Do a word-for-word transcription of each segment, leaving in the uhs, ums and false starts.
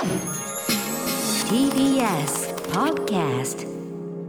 ティービーエス Podcast テ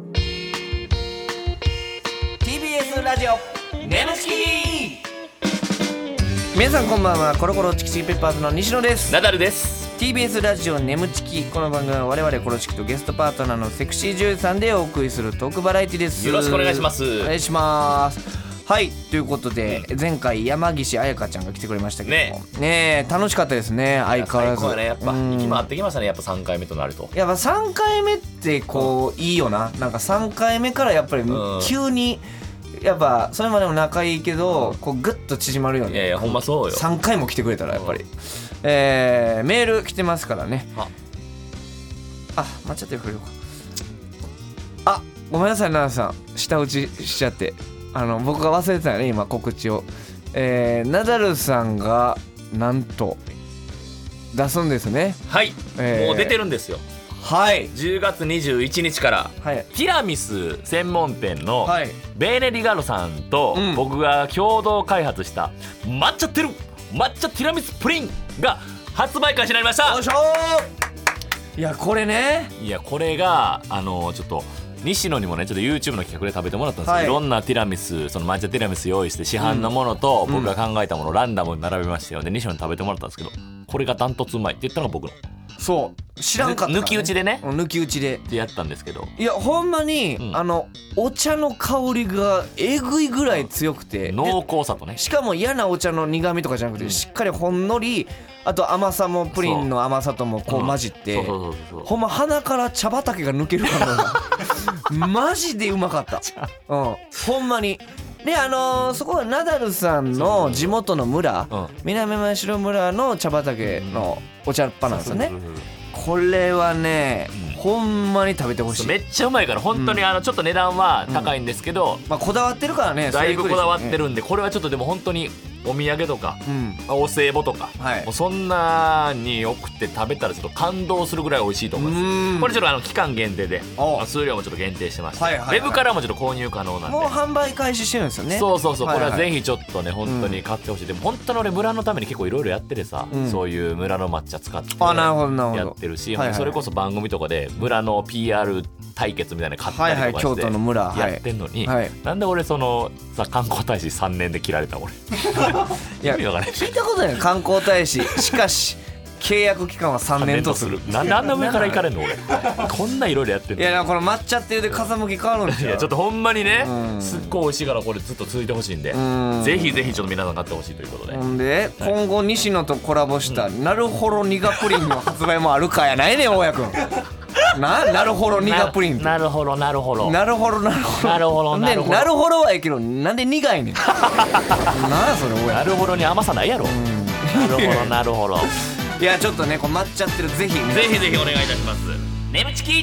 ィービーエス ラジオネムチキ。皆さんこんばんは。コロコロチキチキペッパーズの西野です。 ナダルです。 ティービーエス ラジオネムチキ。この番組は我々コロチキとゲストパートナーのセクシー女優さんでお送りするトークバラエティです。 よろしくお願いします。 お願いします。はい、ということで、うん、前回山岸彩香ちゃんが来てくれましたけども ね, ね楽しかったですね。相変わらず最高やね。やっぱ息回ってきましたね。やっぱさんかいめとなるとやっぱさんかいめってこう、うん、いいよな。なんかさんかいめからやっぱり急に、うん、やっぱそれまでも仲いいけど、うん、こうグッと縮まるよね。 いやいやほんまそうよ。 さんかいも来てくれたらやっぱり、うん、えー、メール来てますからね。ああ待っちゃってくれるか。あごめんなさい奈々さん、舌打ちしちゃってあの僕が忘れてたよね今告知を。えー、ナダルさんがなんと出すんですね。 はい、えー、もう出てるんですよ。 はいじゅうがつにじゅういちにちから、はい、ティラミス専門店のベーネリガロさんと僕が共同開発した抹茶テル抹茶ティラミスプリンが発売開始になりました。 よいしょー。いやこれね、 いやこれがあのちょっと西野にもねちょっと YouTube の企画で食べてもらったんですけど、はい、いろんなティラミス、その抹茶ティラミス用意して市販のものと僕が考えたものをランダムに並べましたよ。で西野に食べてもらったんですけど、これがダントツうまいって言ったのが僕の。 そう知らんかったから、ね、 抜き打ちでね抜き打ちでってやったんですけど、 いやほんまに、うん、あのお茶の香りがえぐいぐらい強くて、 濃厚さとね、 しかも嫌なお茶の苦味とかじゃなくて、うん、しっかりほんのり、あと甘さもプリンの甘さともこう混じって、ほんま鼻から茶畑が抜けるかもマジでうまかった、うん、ほんまに。であのー、そこはナダルさんの地元の村、うん、南前城村の茶畑のお茶っ葉なんですよね。これはね、うん、ほんまに食べてほしい。 めっちゃうまいから本当に、うん、あのちょっと値段は高いんですけど、 うんまあ、こだわってるからね。 だいぶこだわってるんで、これはちょっとでも本当にお土産とか、うん、お歳暮とか、はい、もうそんなに送って食べたらちょっと感動するぐらい美味しいと思います。これちょっとあの期間限定で数量もちょっと限定してまして、はいはいはい、ウェブからもちょっと購入可能なんで、 もう販売開始してるんですよね。 そうそうそう、はいはい、これはぜひちょっとね本当に買ってほしい、うん、でも本当に俺村のために結構いろいろやっててさ、うん、そういう村の抹茶使ってやってるし、はいはい、それこそ番組とかで村の ピーアール 対決みたいなの買ったりとかして、はいはい、京都の村やってんのに、はい、なんで俺そのさ観光大使さんねんで切られた俺いや聞いたことない観光大使しかし契約期間はさんねんとする。 なんであんな上から行かれんの俺こんないろいろやってんの。 いやこの抹茶っていうで風向き変わるんですよ。 いやちょっとほんまにね、すっごい美味しいからこれずっと続いてほしいんで、んぜひぜひちょっと皆さん買ってほしいということで。 ほんで、はい、今後西野とコラボした、うん、なるほろ苦プリンの発売もあるかやないねん大家くんな, なるほろ苦プリンってなるほどなるほどなるほどなるほどなるほどなるほどなるほどはええけどなんで苦いねんなんそれなるほどに甘さないやろ。なるほどなるほどいやちょっとねこう待っちゃってる。ぜひぜひぜひお願いいたします。ネムチキ。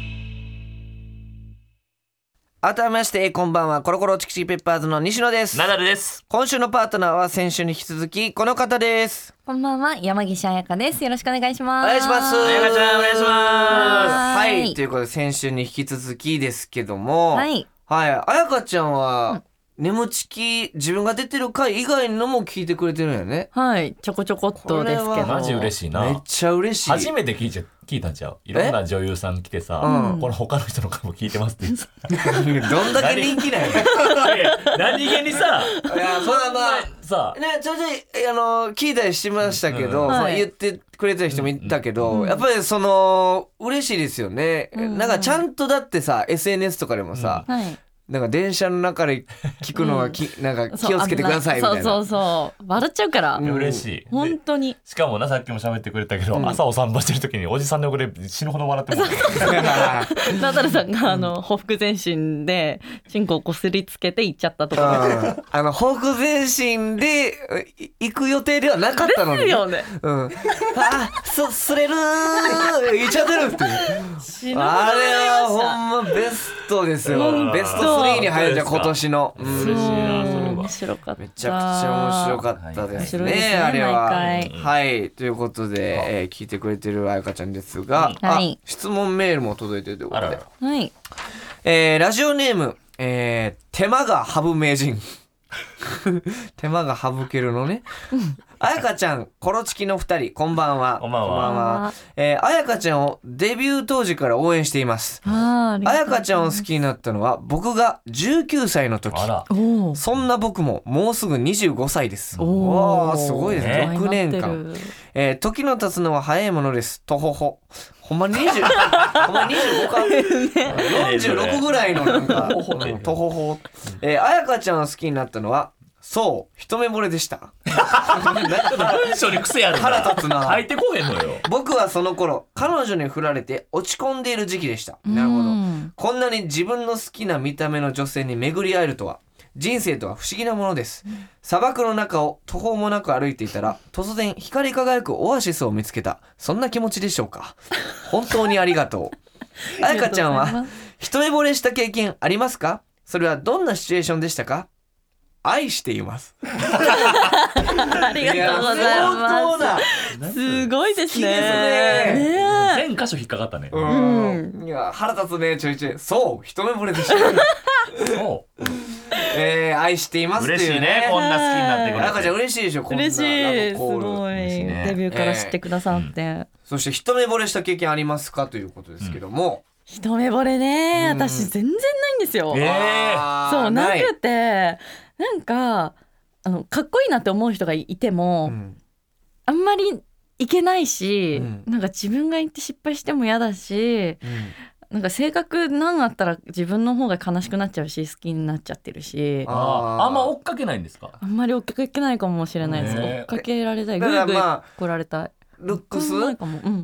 改めましてこんばんは。コロコロチキチキペッパーズの西野です。 ナダルです。 今週のパートナーは先週に引き続きこの方です。 こんばんは、山岸彩香です。よろしくお願いします。 お願いします。 彩香ちゃんお願いします。 はい、ということで先週に引き続きですけども、はいはい、彩香ちゃんは、うん眠ちき自分が出てる回以外のも聞いてくれてるんやね。 はいちょこちょこっとですけどマジ嬉しいな。 めっちゃ嬉しい。 初めて聞いちゃ聞いたんちゃう。いろんな女優さん来てさ、うん、これ他の人の回も聞いてますってさどんだけ人気なんや何気にさいやそらまあさねちょいちょいあの聞いたりしましたけど、うんはい、言ってくれてる人もいたけど、うん、やっぱりその嬉しいですよね、うん、なんかちゃんとだってさ エスエヌエス とかでもさ、うんはいなんか電車の中で聞くのはき、うん、なんか気をつけてくださいみたいな。 そうそうそう笑っちゃうから、 うん、嬉しい本当に。 しかもなさっきも喋ってくれたけど、うん、朝お散歩してる時におじさんの横で死ぬほど笑ってますナダルさんがあのほふく前進でチンコをこすりつけて行っちゃったとかあのほふく前進で行く予定ではなかったのにですよね、うん、あすすれるー行っちゃってるっていうあれはほんまベストですよ。ベストスリーに入るじゃん今年の、うん、 嬉しいなそれは。 面白かった。 めちゃくちゃ面白かったですね、はい、ねあれははいということで、えー、聞いてくれてるあやかちゃんですが、はい、あ質問メールも届いてるということで、 はい、 えー、ラジオネーム、えー、手間がハブ名人手間が省けるのね。あやかちゃん、コロチキのふたり、こんばんは。 こんばんは。 こんばんは。えー、あやかちゃんをデビュー当時から応援しています。 ああやかちゃんを好きになったのは僕がじゅうきゅうさいの時。 あら。 そんな僕ももうすぐにじゅうごさいです。 おー、すごいですね。ろくねんかん。えー、時の経つのは早いものです。とほほ。ほんまににじゅうほんまににじゅうごかよんじゅうろくぐらいのなんかうんとほほ。えー、あやかちゃんを好きになったのはそう一目惚れでした。 文章に癖あるな。 腹立つな。 入ってこへんのよ。 僕はその頃彼女に振られて落ち込んでいる時期でした。なるほど。こんなに自分の好きな見た目の女性に巡り会えるとは。人生とは不思議なものです。砂漠の中を途方もなく歩いていたら突然光り輝くオアシスを見つけた。そんな気持ちでしょうか。本当にありがとう。あやかちゃんは一目惚れした経験ありますか？それはどんなシチュエーションでしたか？愛しています。 ありがとうございます。すごいですね。 ね全箇所引っかかったね。 うん。いや腹立つねちょいちょい。そう一目惚れでした。 そう。 えー、愛していますっていうね。 嬉しいねこんな好きになってくれて。 あやかちゃん嬉しいでしょ。こんなラブコール。 嬉しい。すごい。デビューから知ってくださって。えー、 そして一目惚れした経験ありますかということですけども。 うん、一目惚れね、うん、私全然ないんですよ。えー、そうなくて。なんかあのかっこいいなって思う人がいても、うん、あんまりいけないし、うん、なんか自分が言って失敗しても嫌だし、うん、なんか性格なんあったら自分の方が悲しくなっちゃうし好きになっちゃってるし、 ああんま追っかけないんですか？ あんまり追っかけないかもしれないです。追っかけられたい、ぐいぐい来られたい。 ルックス、うん、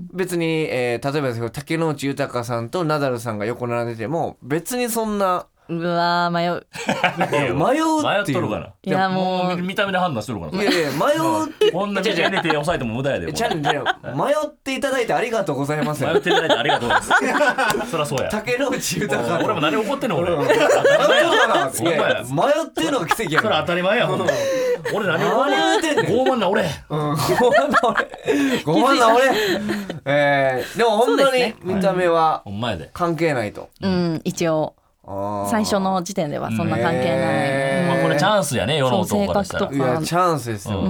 別に、えー、例えばですけど竹野内豊さんとナダルさんが横並んでても別にそんなうわー迷う迷う迷っとるから。 いやもう見た目で判断しとるから。 いやいや迷うってこんなに手で手抑えても無駄やで。 ちゃん迷っていただいてありがとうございます。 迷っていただいてありがとうございます。そりゃそうや。 竹野内豊さん。 俺も何怒ってんの俺。迷っていうのが奇跡やから。 それ当たり前や。俺何怒ってんねん。傲慢な俺。 傲慢な俺。傲慢な俺。えーでも本当に見た目は関係ないと。 うん一応。最初の時点ではそんな関係ない、 えーまあ、これチャンスやね世の男からしたら。 いやチャンスですよ、うん、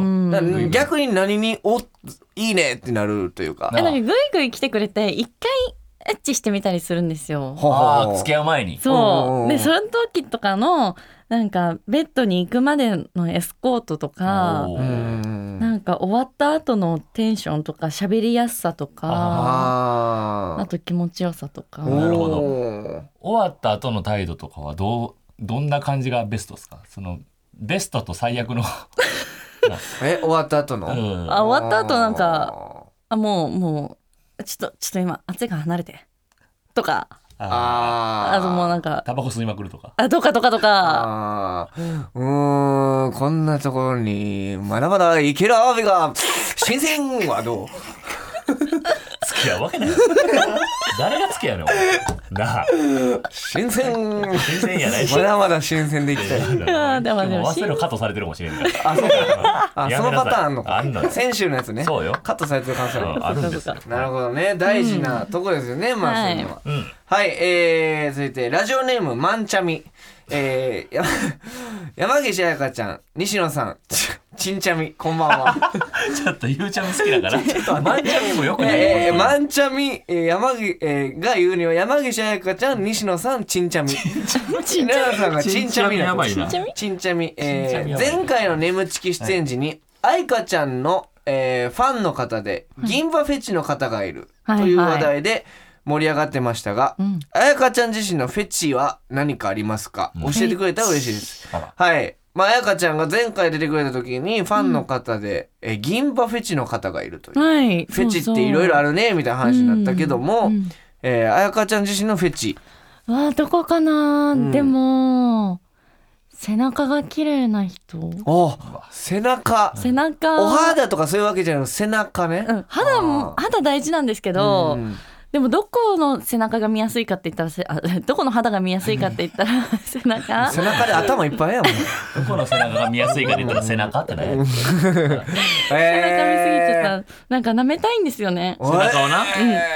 逆に何においいねってなるというか、 えなんかグイグイ来てくれて一回エッチしてみたりするんですよ。 あ付き合う前に。 そうでその時とかのなんかベッドに行くまでのエスコートとかなんか終わった後のテンションとか喋りやすさとか あ, あと気持ちよさとか。 なるほど。終わった後の態度とかはどうどんな感じがベストですか？そのベストと最悪のえ終わった後の、うん、 あ終わった後なんかあもうもうちょっとちょっと今暑いから離れてとか。ああともうなんかタバコ吸いまくるとかあとかとかとか。 あうーんこんなところにまだまだいけるアワビが新鮮はどう？ 付き合うわけない。誰が付き合うの？なあ新鮮新鮮やない。 まだまだ新鮮でいきたい。 いやでもでも忘れるカットされてるかもしれんから。 あそうあそのパターンあんのか。 あんの先週のやつね。 そうよ。 カットされてる可能性ある。 あるんですよ。 なるほどね大事なとこですよね、うん、まあそういうのは。はい、はい、えー、続いてラジオネームまんちゃみ。えー、山岸彩香ちゃん西野さんちんちゃみこんばんは。 ちょっとゆうちゃみ好きだからちょっとまんちゃみもよくない。 えー、まんちゃみ、えー、山岸、えー、が言うには山岸彩香ちゃん西野さんちんちゃみちんちゃみさんがちんちゃみなちんちゃみ、えー、前回の眠ちき出演時に愛香ちゃんの、えー、ファンの方で銀歯フェチの方がいるという話題で、はいはい盛り上がってましたが、うん、彩香ちゃん自身のフェチは何かありますか？うん、教えてくれたら嬉しいです。はい。まあ彩香ちゃんが前回出てくれた時にファンの方で、うん、え銀歯フェチの方がいるという、はい、フェチっていろいろあるねみたいな話になったけども、うんうんえー、彩香ちゃん自身のフェチあどこかな、うん、でも背中が綺麗な人。 お背中背中お肌とかそういうわけじゃなく背中ね、 うん、肌も肌大事なんですけど、うんでもどこの背中が見やすいかって言ったらせあどこの肌が見やすいかって言ったら背中背中で頭いっぱいやもん。 どこの背中が見やすいかって言ったら背中ってね。背中見すぎてさなんか舐めたいんですよね。 背中をな、うん、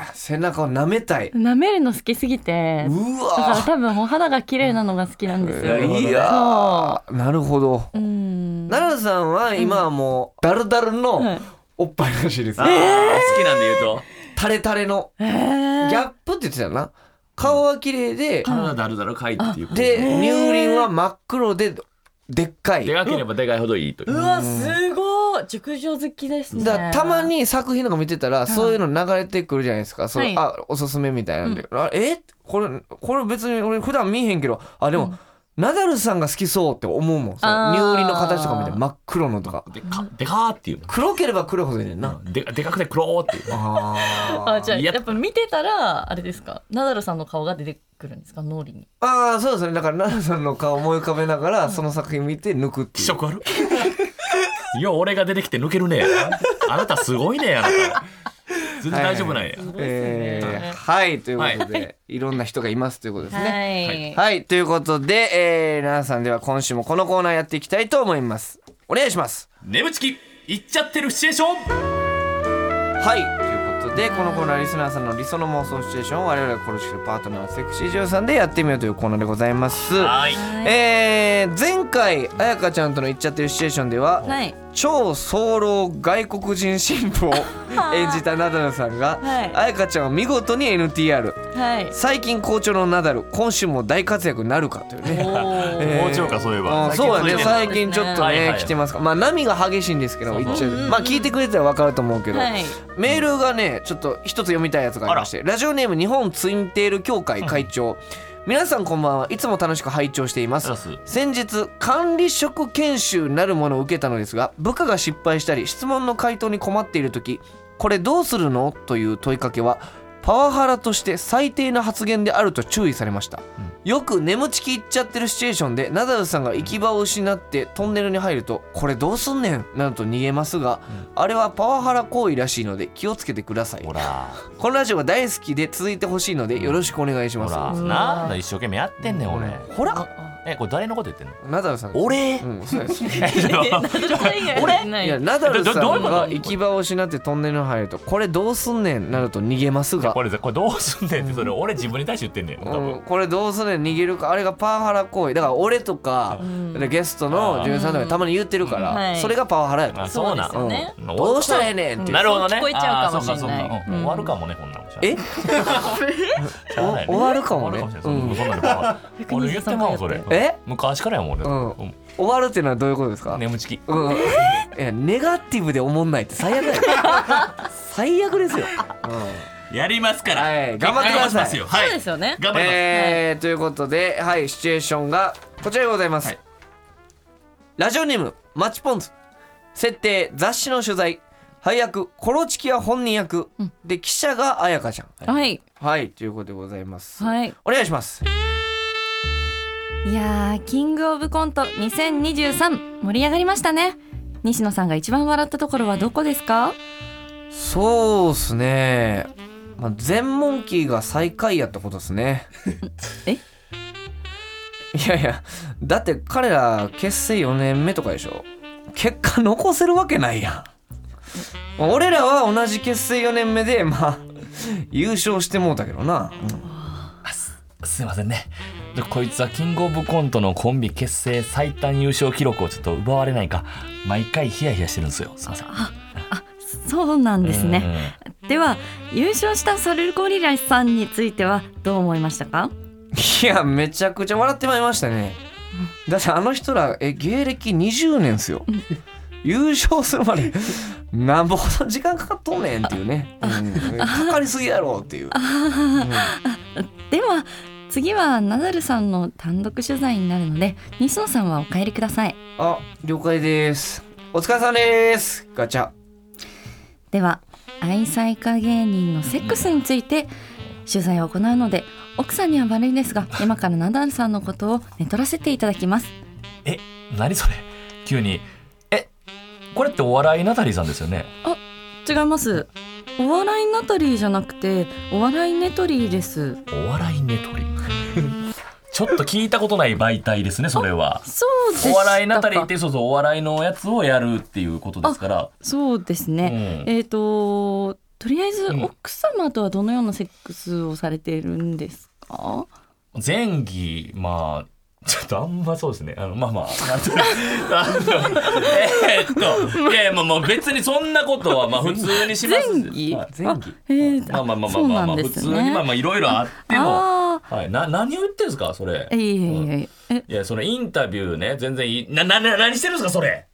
背中を舐めたい。 舐めるの好きすぎて、 うわだから多分お肌が綺麗なのが好きなんですよ。 いやなるほど。 うん、 奈良さんは今はもうダルダルのおっぱいらしいです、ね、 えー、好きなんで言うとタレタレの、 えー、 ギャップって言ってたよな。顔は綺麗で体ダルダルかいっていうで乳輪は真っ黒ででっかい。 でかければでかいほどいいという。 うわすごい熟女好きですね。 だからたまに作品とか見てたらそういうの流れてくるじゃないですか、うん、そう、あおすすめみたいなんで、うん、あえこれこれ別に俺普段見えへんけどあでも、うんナダルさんが好きそうって思うもん。その乳輪の形とか見て真っ黒のとかでかでかーっていう黒ければ黒ほどいいねんな、 うん、で, でかくて黒ーっていうああじゃあやっぱ見てたらあれですかナダルさんの顔が出てくるんですか脳裏に。 ああそうですね。だからナダルさんの顔思い浮かべながらその作品見て抜くっていう。 気色あるいや俺が出てきて抜けるね。あなたすごいねあなた全然大丈夫なんや、はいえー、はいということで、はい、いろんな人がいますということですね。 はい、 はい、ということで、えー、皆さんでは今週もこのコーナーやっていきたいと思います。お願いします。 眠ちきいっちゃってるシチュエーション。 はいということでこのコーナーリスナーさんの理想の妄想シチュエーションを我々が殺しているパートナーセクシー女優さんでやってみようというコーナーでございます。 はい、 えー、前回あやかちゃんとのいっちゃってるシチュエーションでは、 はい、 超早漏外国人神父を演じたナダルさんが、はい、あやかちゃんは見事に エヌティーアール、はい、最近好調のナダル今週も大活躍なるかというねえー、好調かそういえばそうやね最近ちょっとね、はいはい、来てますか。まあ波が激しいんですけど言っちゃう、まあ聞いてくれたら分かると思うけど、はい、メールがねちょっと一つ読みたいやつがありまして、ラジオネーム日本ツインテール協会会長、うん皆さんこんばんはいつも楽しく拝聴しています。先日管理職研修なるものを受けたのですが部下が失敗したり質問の回答に困っている時これどうするのという問いかけはパワハラとして最低な発言であると注意されました、うん、よく眠ちきいっちゃってるシチュエーションでナダルさんが行き場を失ってトンネルに入るとこれどうすんねんなどと逃げますが、うん、あれはパワハラ行為らしいので気をつけてください。ほらこのラジオが大好きで続いてほしいのでよろしくお願いします。 ほらな一生懸命やってんねん俺、うん、 ほらえこれ誰のこと言ってんの？ ナダルさん。 俺？ うん、そうです。 俺？ いやナダルさんが行き場を失ってトンネルに入るとこれどうすんねんなどと逃げますが。 これこれどうすんねんってそれ俺自分に対して言ってんねん。 うん、これどうすんねん逃げるかあれがパワハラ行為だから俺とか、うん、ゲストの女優さんとかたまに言ってるから、うん、それがパワハラやから。 あそうなん。 そうですよね。 うん、どうしたらええねんって。 なるほどね。 聞こえちゃうかもしれない。 うん、終わるかもねこんなの。 え？終わるかもね。 うん、そんなの俺言ってまうそれ。 え？ 昔からやもん俺。 うん。終わるっていうのはどういうことですか？ 眠ちき。 うん。いやネガティブで思んないって最悪だよ。最悪ですよ。 うん。やりますから。 はい。頑張ってください。 はい。そうですよね。 頑張ります。 えー、ということで、はい、シチュエーションがこちらでございます。はい、ラジオネームマチポンズ。設定雑誌の取材。配役コロチキは本人役、うん、で記者があやかちゃん。 はい。 はいということでございます。 はい。 お願いします。 いやーキングオブコントにせんにじゅうさん盛り上がりましたね。西野さんが一番笑ったところはどこですか？ そうっすね、まあ、全モンキーが最下位やったことですね。 え？ いやいやだって彼ら結成よねんめとかでしょ。結果残せるわけないやん。俺らは同じ結成よねんめでまあ優勝してもうたけどな、うん、 あ す, すいませんね。こいつはキングオブコントのコンビ結成最短優勝記録をちょっと奪われないか毎回ヒヤヒヤしてるんですよ。すいません。 ああそうなんですね。では優勝したソルゴリラさんについてはどう思いましたか？ いやめちゃくちゃ笑ってまいりましたね。だってあの人らえ芸歴にじゅうねんですよ。優勝するまでなんぼほど時間かかっとんねんっていうね、うん、かかりすぎやろっていう、うん、 では次はナダルさんの単独取材になるので西野さんはお帰りください。 あ了解です。お疲れ様ですガチャ。 では愛妻家芸人のセックスについて取材を行うので奥さんには悪いですが今からナダルさんのことを寝取らせていただきます。 え何それ急に。えこれってお笑いナタリーさんですよね？ あ違います。お笑いナタリーじゃなくてお笑いネトリーです。 お笑いネトリーちょっと聞いたことない媒体ですねそれは。 そうでしたか。 お笑いナタリーってそうそうお笑いのやつをやるっていうことですから。 そうですね、うん、えっ、ー、ととりあえず奥様とはどのようなセックスをされているんですか？ 前儀まあちょっとあんまそうですねあのまあまあなんとあのえー、っといやいやもう別にそんなことはまあ普通にします前儀、 はい、 前儀えー、 まあまあまあまあまあ、まあ、普通にまあまあいろいろあってもはい、な何を言ってるんですかそれ。 いやいやいやいやそのインタビューね全然いいななな何してるんですかそれ。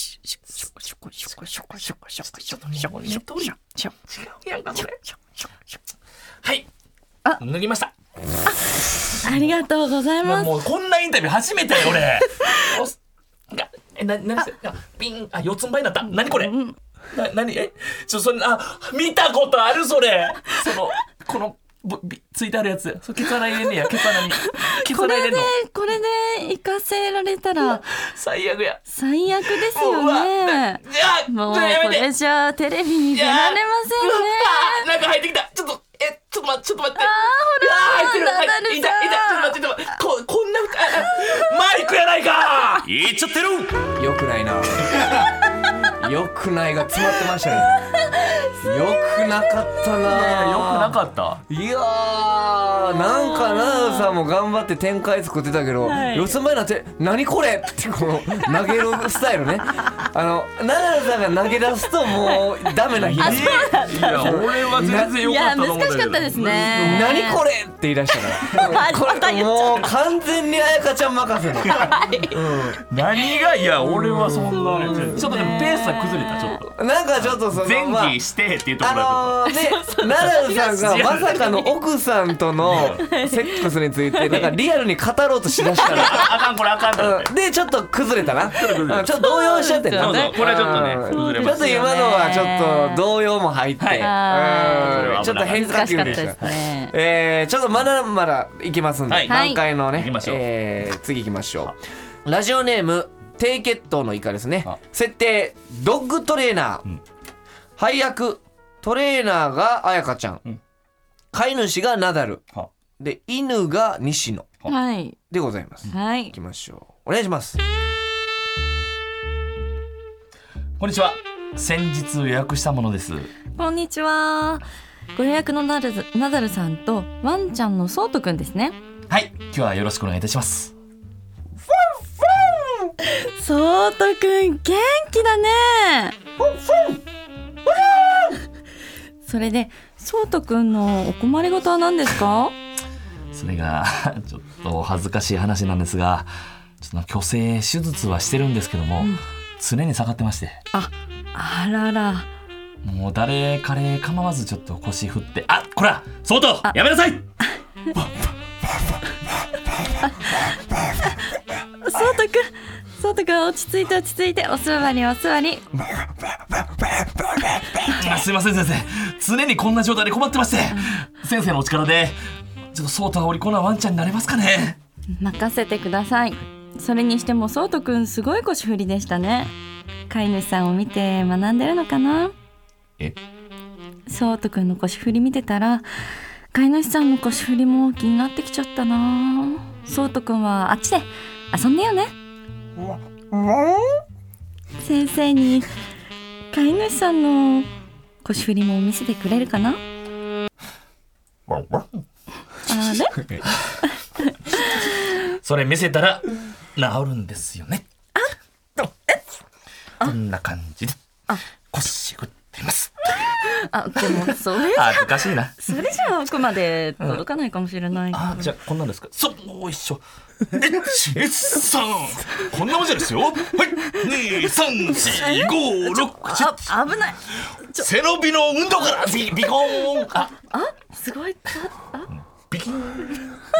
はいあ脱ぎました。 ありがとうございます。 もうこんなインタビュー初めて俺。がえな何してピンあ四つん這いになった何これ。な何えちょそんなあ見たことあるそれそのこのついてあるやつそケツ穴入れんねやケツ穴にケツ穴入れんのこれで行かせられたら最悪や最悪ですよね。もうこれじゃあテレビに出られませんね。 なんか入ってきたちょっとえちょっと待ってちょっと待って。 あーほら入ってる入ってる痛い痛いちょっと待ってちょっと待ってここんなマイクやないか言っちゃってる。 よくないなよくないが詰まってましたね。よくなかったな。 よくなかった。 いやーなんかナダルさんも頑張って展開作ってたけど、はい、四つん這いになって何これってこの投げるスタイルね。あのナダルさんが投げ出すともうダメな日です。 いや俺は全然良かったと思うんだけど。いや難しかったですね。 何これって言い出したからこれもう完全に彩香ちゃん任せの、 うん、何がいや俺はそんなちょっとでもペースが崩れたちょっとなんかちょっとその前儀してっていうところだと、 あのー、ねナダルさんがまさかの奥さんとのセックスについてなんかリアルに語ろうとしだしたらあかんこれあかんと思って、 うん、でちょっと崩れたなちょっと動揺しちゃってるな、 そうそうこれちょっとね崩れまちょっと今のはちょっと動揺も入って、 はい、 うんちょっと変化球でした。ねえー、ちょっとまだまだいきますんで、はい、段階のね、えー、次いきましょう。ラジオネーム低血糖のイカですね。設定ドッグトレーナー、うん、配役トレーナーが彩香ちゃん、うん、飼い主がナダルで犬が西野、はい、でございます。はい、いきましょう。お願いします。 こんにちは。先日予約したものです。 こんにちは。ご予約のナダル、ナダルさんとワンちゃんのソートくんですね。 はい、今日はよろしくお願いいたします。 ソートくん元気だね。それでソートくんのお困りごとは何ですか？ それがちょっと恥ずかしい話なんですが、ちょっと虚勢手術はしてるんですけども、うん、常に下がってまして。 あ、あらら。 もう誰彼構わずちょっと腰振って、あ、こらソートやめなさい。ソートくんソートくん落ち着いて落ち着いてお座りお座り。 すいません先生、常にこんな状態で困ってまして、先生のお力でちょっとソートはお利口なワンちゃんになれますかね？ 任せてください。それにしてもソートくんすごい腰振りでしたね。飼い主さんを見て学んでるのかな？ え？ ソートくんの腰振り見てたら飼い主さんの腰振りも気になってきちゃったな。ソートくんはあっちで遊んでよね。先生に飼い主さんの腰振りも見せてくれるかな？あれ？ それ見せたら治るんですよね。あえこんな感じで腰振ってます。 あ、でもそれじゃ恥ずかしいな。 それじゃ奥まで届かないかもしれない、うん、 あ、じゃあこんなんですか。そう、一緒。えっ、さんこんなもんじゃですよ。はい、に、さん、よん、ご、ろく、なな。 危ない。 背伸びの運動からビビコーン。あ、 あ、すごい。あ、 ビキン。 すごい。ナ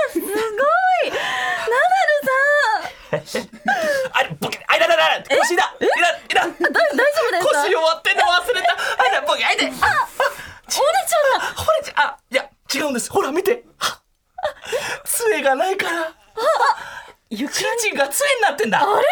ダルさん。 あれ、ボキ、あいだだだ。腰だ。いだ、いだ。 大丈夫ですか？ 腰終わってんの忘れた。あいだ、ボキ、あいで。あ、折れちゃった。 折れちゃ、あ、いや、違うんです。ほら、見て。杖がないから。チンチンが杖になってんだ。 あれ？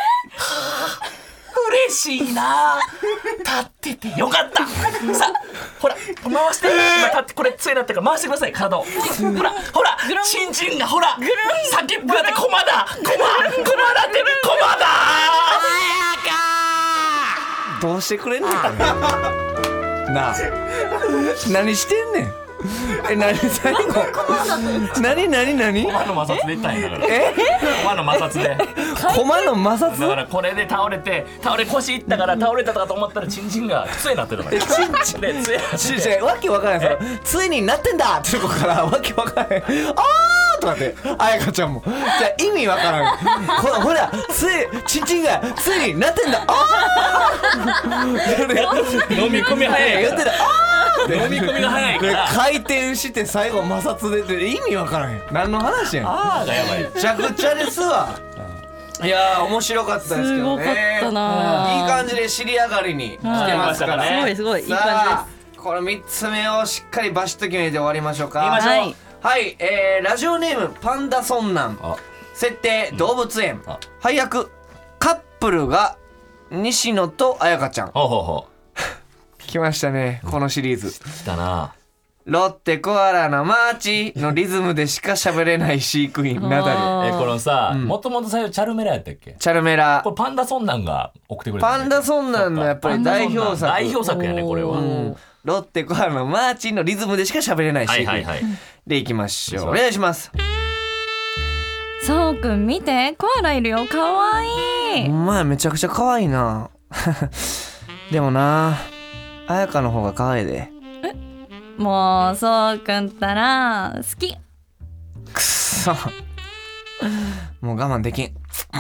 嬉しいな。立っててよかった。さあ、ほら回して。今立ってこれ杖になってるから回してください体を。ほらほらチンチンがほら先っぽだってコマだ。コマコマだってコマだ。 どうしてくれんのかな。 なあ何してんねん。え、何最後何何何駒の摩擦でいったんやだからえ駒の摩擦で駒の摩擦だからこれで倒れて倒れ腰いったから倒れたとかと思ったらチンチンが杖になってるのよチンチンで杖になってちちわけわからないですよ。ついになってんだってとこからわけわからない。あーとかってあやかちゃんもじゃあ意味わからん。ほらほらついチンチンがついになってんだ。あー飲み込み早い言ってた。 飲み込みが早いから回転して最後摩擦でって意味わからへん。何の話やん。 あーがやばいめちゃくちゃですわ。いやー面白かったですけどね。 すごかったな。 いい感じで尻上がりに来てますからはいすごいすごいいい感さあこのみっつめをしっかりバシッと決めて終わりましょうか。 言いましょうはいはい、えー、ラジオネームパンダソンナンあ設定動物園あ配役カップルが西野と彩香ちゃん。 ほうほうほ来ましたねこのシリーズ。 う来たなロッテコアラのマーチのリズムでしか喋れない飼育員ナダル。 あーえこのさもともと最初チャルメラやったっけチャルメラこれパンダソンナンが送ってくれたパンダソンナンのやっぱり代表作。 代表作やねこれはおーうんロッテコアラのマーチのリズムでしか喋れない飼育員、 はいはいはいでいきましょう。 そうお願いします。 そうくん見てコアラいるよかわいい。 お前めちゃくちゃ可愛いな。でもな彩香の方が可愛いで。 もうそうくんったら好き。 くっそもう我慢できん。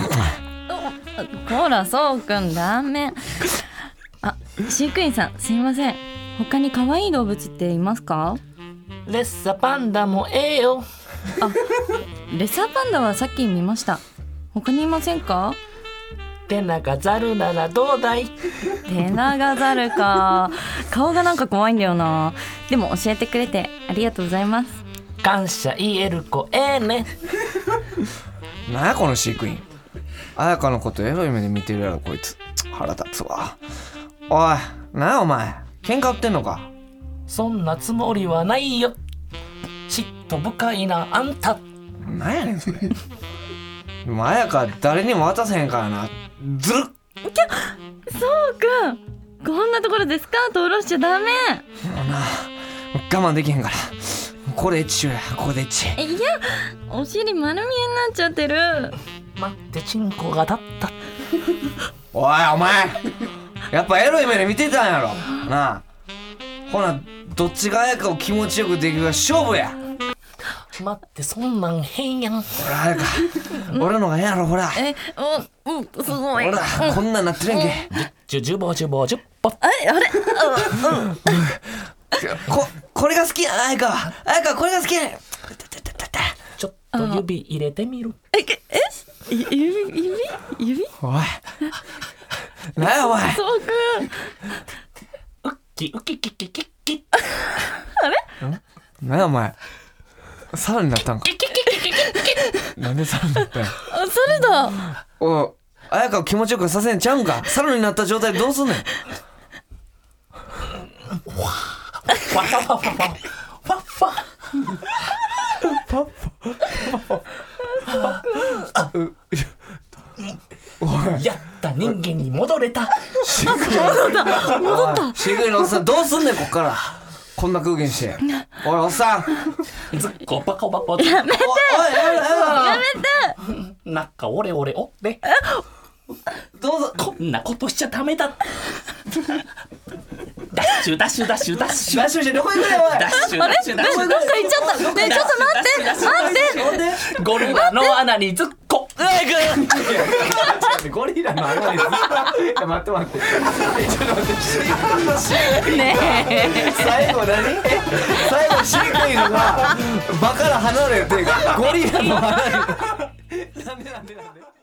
ほらそうくんダメ。あ、飼育員さんすいません、他に可愛い動物っていますか？ レッサパンダもええよレッサーパンダはさっき見ました。他にいませんか？ 手長ザルならどうだいテナガザルか。顔がなんか怖いんだよな。でも教えてくれてありがとうございます。 感謝言える子ええねなんやこの飼育員。彩香のことエロい目で見てるやろこいつ。腹立つわ。おいなんやお前喧嘩売ってんのか。 そんなつもりはないよ嫉妬深いなあんたなんやねんそれ。でも彩香誰にも渡せへんからな。ずるっ。 そうくんこんなところでスカート下ろしちゃダメ。 もうな我慢できへんからこれエッチしようや。ここでエッチ。 えいやお尻丸見えになっちゃってる。 待ってチンコが立ったおいお前やっぱエロい目で見てたんやろなあ。ほなどっちが彩香を気持ちよくできるか勝負や。 待ってそんなん変やんほら彩香俺のがええやろほらえうんうんすごい。 ほらこんなんなってるやんけ。 ジュジュボジュボジュッポえあれここれが好きや彩香彩香これが好きやねん。 ちょっと指入れてみるええ指指指おいなんやお前そうくんウッキウキキキキキなんやお前猿になったんか。なんで猿になったんや。 あそれだ。 おい彩香を気持ちよくさせんちゃうんか。猿になった状態でどうすんねん。 ファファファファファファファやった人間に戻れた飼育員のおっさんどうすんねんこっからこんな空気にして。おいおっさんずっこバカバカやめておいやめろややめて。 中オレオレおってどうぞ。 こんなことしちゃダメだダッシュダッシュダッシュダッシュダッシュしてどこ行くねんおい。 ダッシュダあれッシュダッシュどどっか行っちゃった。ねえちょっと待って待ってほんでゴリラの穴にずっこゴリラの穴にずっと。いや待って待って。えちょっと待って飼育員の飼育員ねえ最後何最後飼育員が場から離れてゴリラの穴になんでなんでなんで。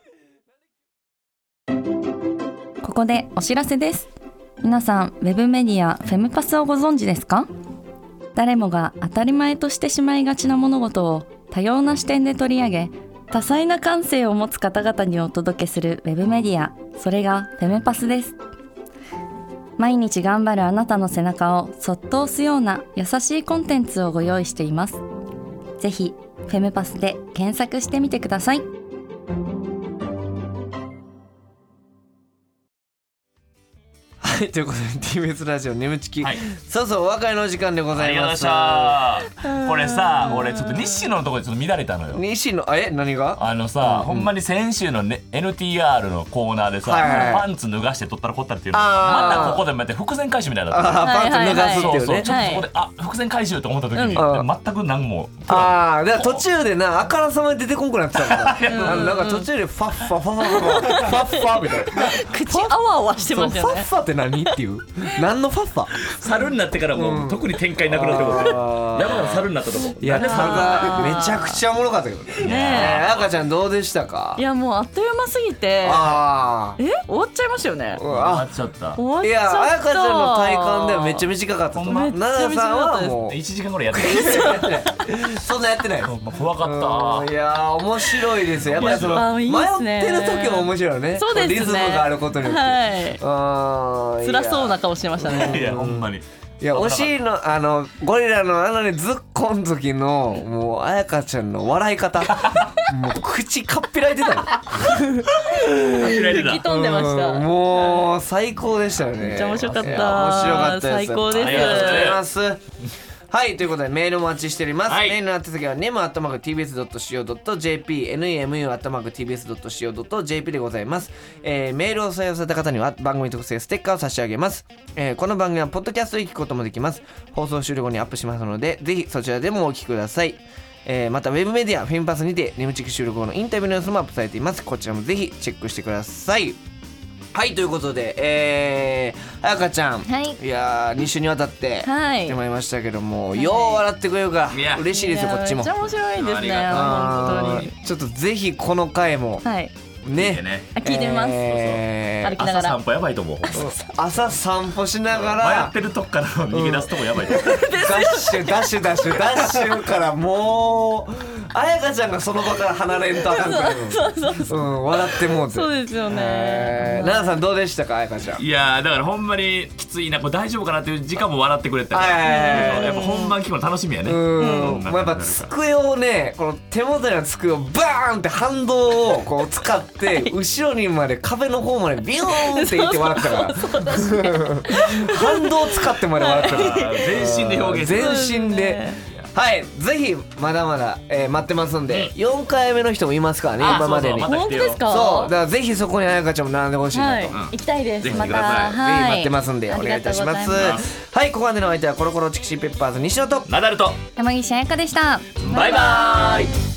ここでお知らせです。皆さんウェブメディアフェムパスをご存知ですか？誰もが当たり前としてしまいがちな物事を多様な視点で取り上げ多彩な感性を持つ方々にお届けするウェブメディア、それがフェムパスです。毎日頑張るあなたの背中をそっと押すような優しいコンテンツをご用意しています。ぜひフェムパスで検索してみてください。 ははいということで ティービーエス ラジオ眠ちき、はい、そうそうお別れの時間でございます。 ありがとうございました。これさ俺ちょっと西野のところでちょっと乱れたのよ。 西野え何があのさ、うん、ほんまに先週の、ね、エヌティーアール のコーナーでさ、はいはいはい、パンツ脱がして取ったらこったらっていうのまたここでまた伏線回収みたいなあパンツ脱がすっていうね、 そうそうちょっとそこであ伏線回収と思った時に、うん、全く何もああだから途中でなあからさまで出てこんくなってたからなんか途中でファッファファファファファファファみたいな口あわあわしてますよね。 ファッファって何っていう何のファッファ猿になってからもう、うん、特に展開なくなってことで山から猿になったとこいや猿がめちゃくちゃおもろかったけどね。ねえ赤ちゃんどうでしたか。 いやもうあっという間すぎてあえ終わっちゃいましたよね。 終わっちゃった終わっいや赤ちゃんの体感ではめっちゃ短かったと思う。奈々さんはもういちじかんぐらいやってるそんなやってない怖かった。 いや面白いですよやっぱりその迷ってる時も面白いね。 そうですねリズムがあることによって、はい、 あ辛そうな顔してましたね。 いやほんまにいやお尻のあのゴリラのあのねずっこん時のもう彩香ちゃんの笑い方もう口かっぴらいてたよ吹き飛んでました。 もう最高でしたよね。 めっちゃ面白かった。面白かったです。 最高です。 ありがとうございます。はいということでメールお待ちしております、はい、メールの宛先は ネム アットマーク ティービーエス ドット シーオー ドット ジェーピー ネム アットマーク ティービーエス ドット シーオー ドット ジェーピー でございます、えー、メールを採用された方には番組特製ステッカーを差し上げます、えー、この番組はポッドキャストで聞くこともできます。放送終了後にアップしますのでぜひそちらでもお聞きください、えー、またウェブメディアフェンパスにてネムチキ収録後のインタビューの様子もアップされています。こちらもぜひチェックしてください。はいということでえー、彩香ちゃん、はい、いやに週にわたって来てまいりましたけども、はい、よう笑ってくれるから嬉しいですよこっちも。 めっちゃ面白いですね本当に。 ちょっとぜひこの回も、はいね、 聞いてみます、えー、歩きながら朝散歩やばいと思う朝散歩しながら迷ってるとこから逃げ出すとこやばいと思う、 うん、ダッシュダッシュダッシュダッシュからもう彩香ちゃんがその場から離れんとあかんからそうそうそう、うん、笑ってもうてそうですよね、 えー、奈々さんどうでしたか彩香ちゃん。 いやだからほんまにきついなこれ大丈夫かなっていう時間も笑ってくれたから、やっぱ本番聞くの楽しみやね。うん、 うん、やっぱ机をねこの手元の机をバーンって反動をこう使ってで後ろにまで壁の方までビューンっていって笑ったから反動使ってまで笑ったから全身で表現全身ではいぜひまだまだ、えー、待ってますんで、うん、よんかいめの人もいますからね今までに。 本当ですか。 そうだからぜひそこに彩香ちゃんも並んでほしいなと、はい、 行きたいです。また、 はい、ぜひ待ってますんでお願いいたします。はいここまでのお相手はコロコロチキシーペッパーズ西野とナダルと山岸彩香でした。 バイバーイ。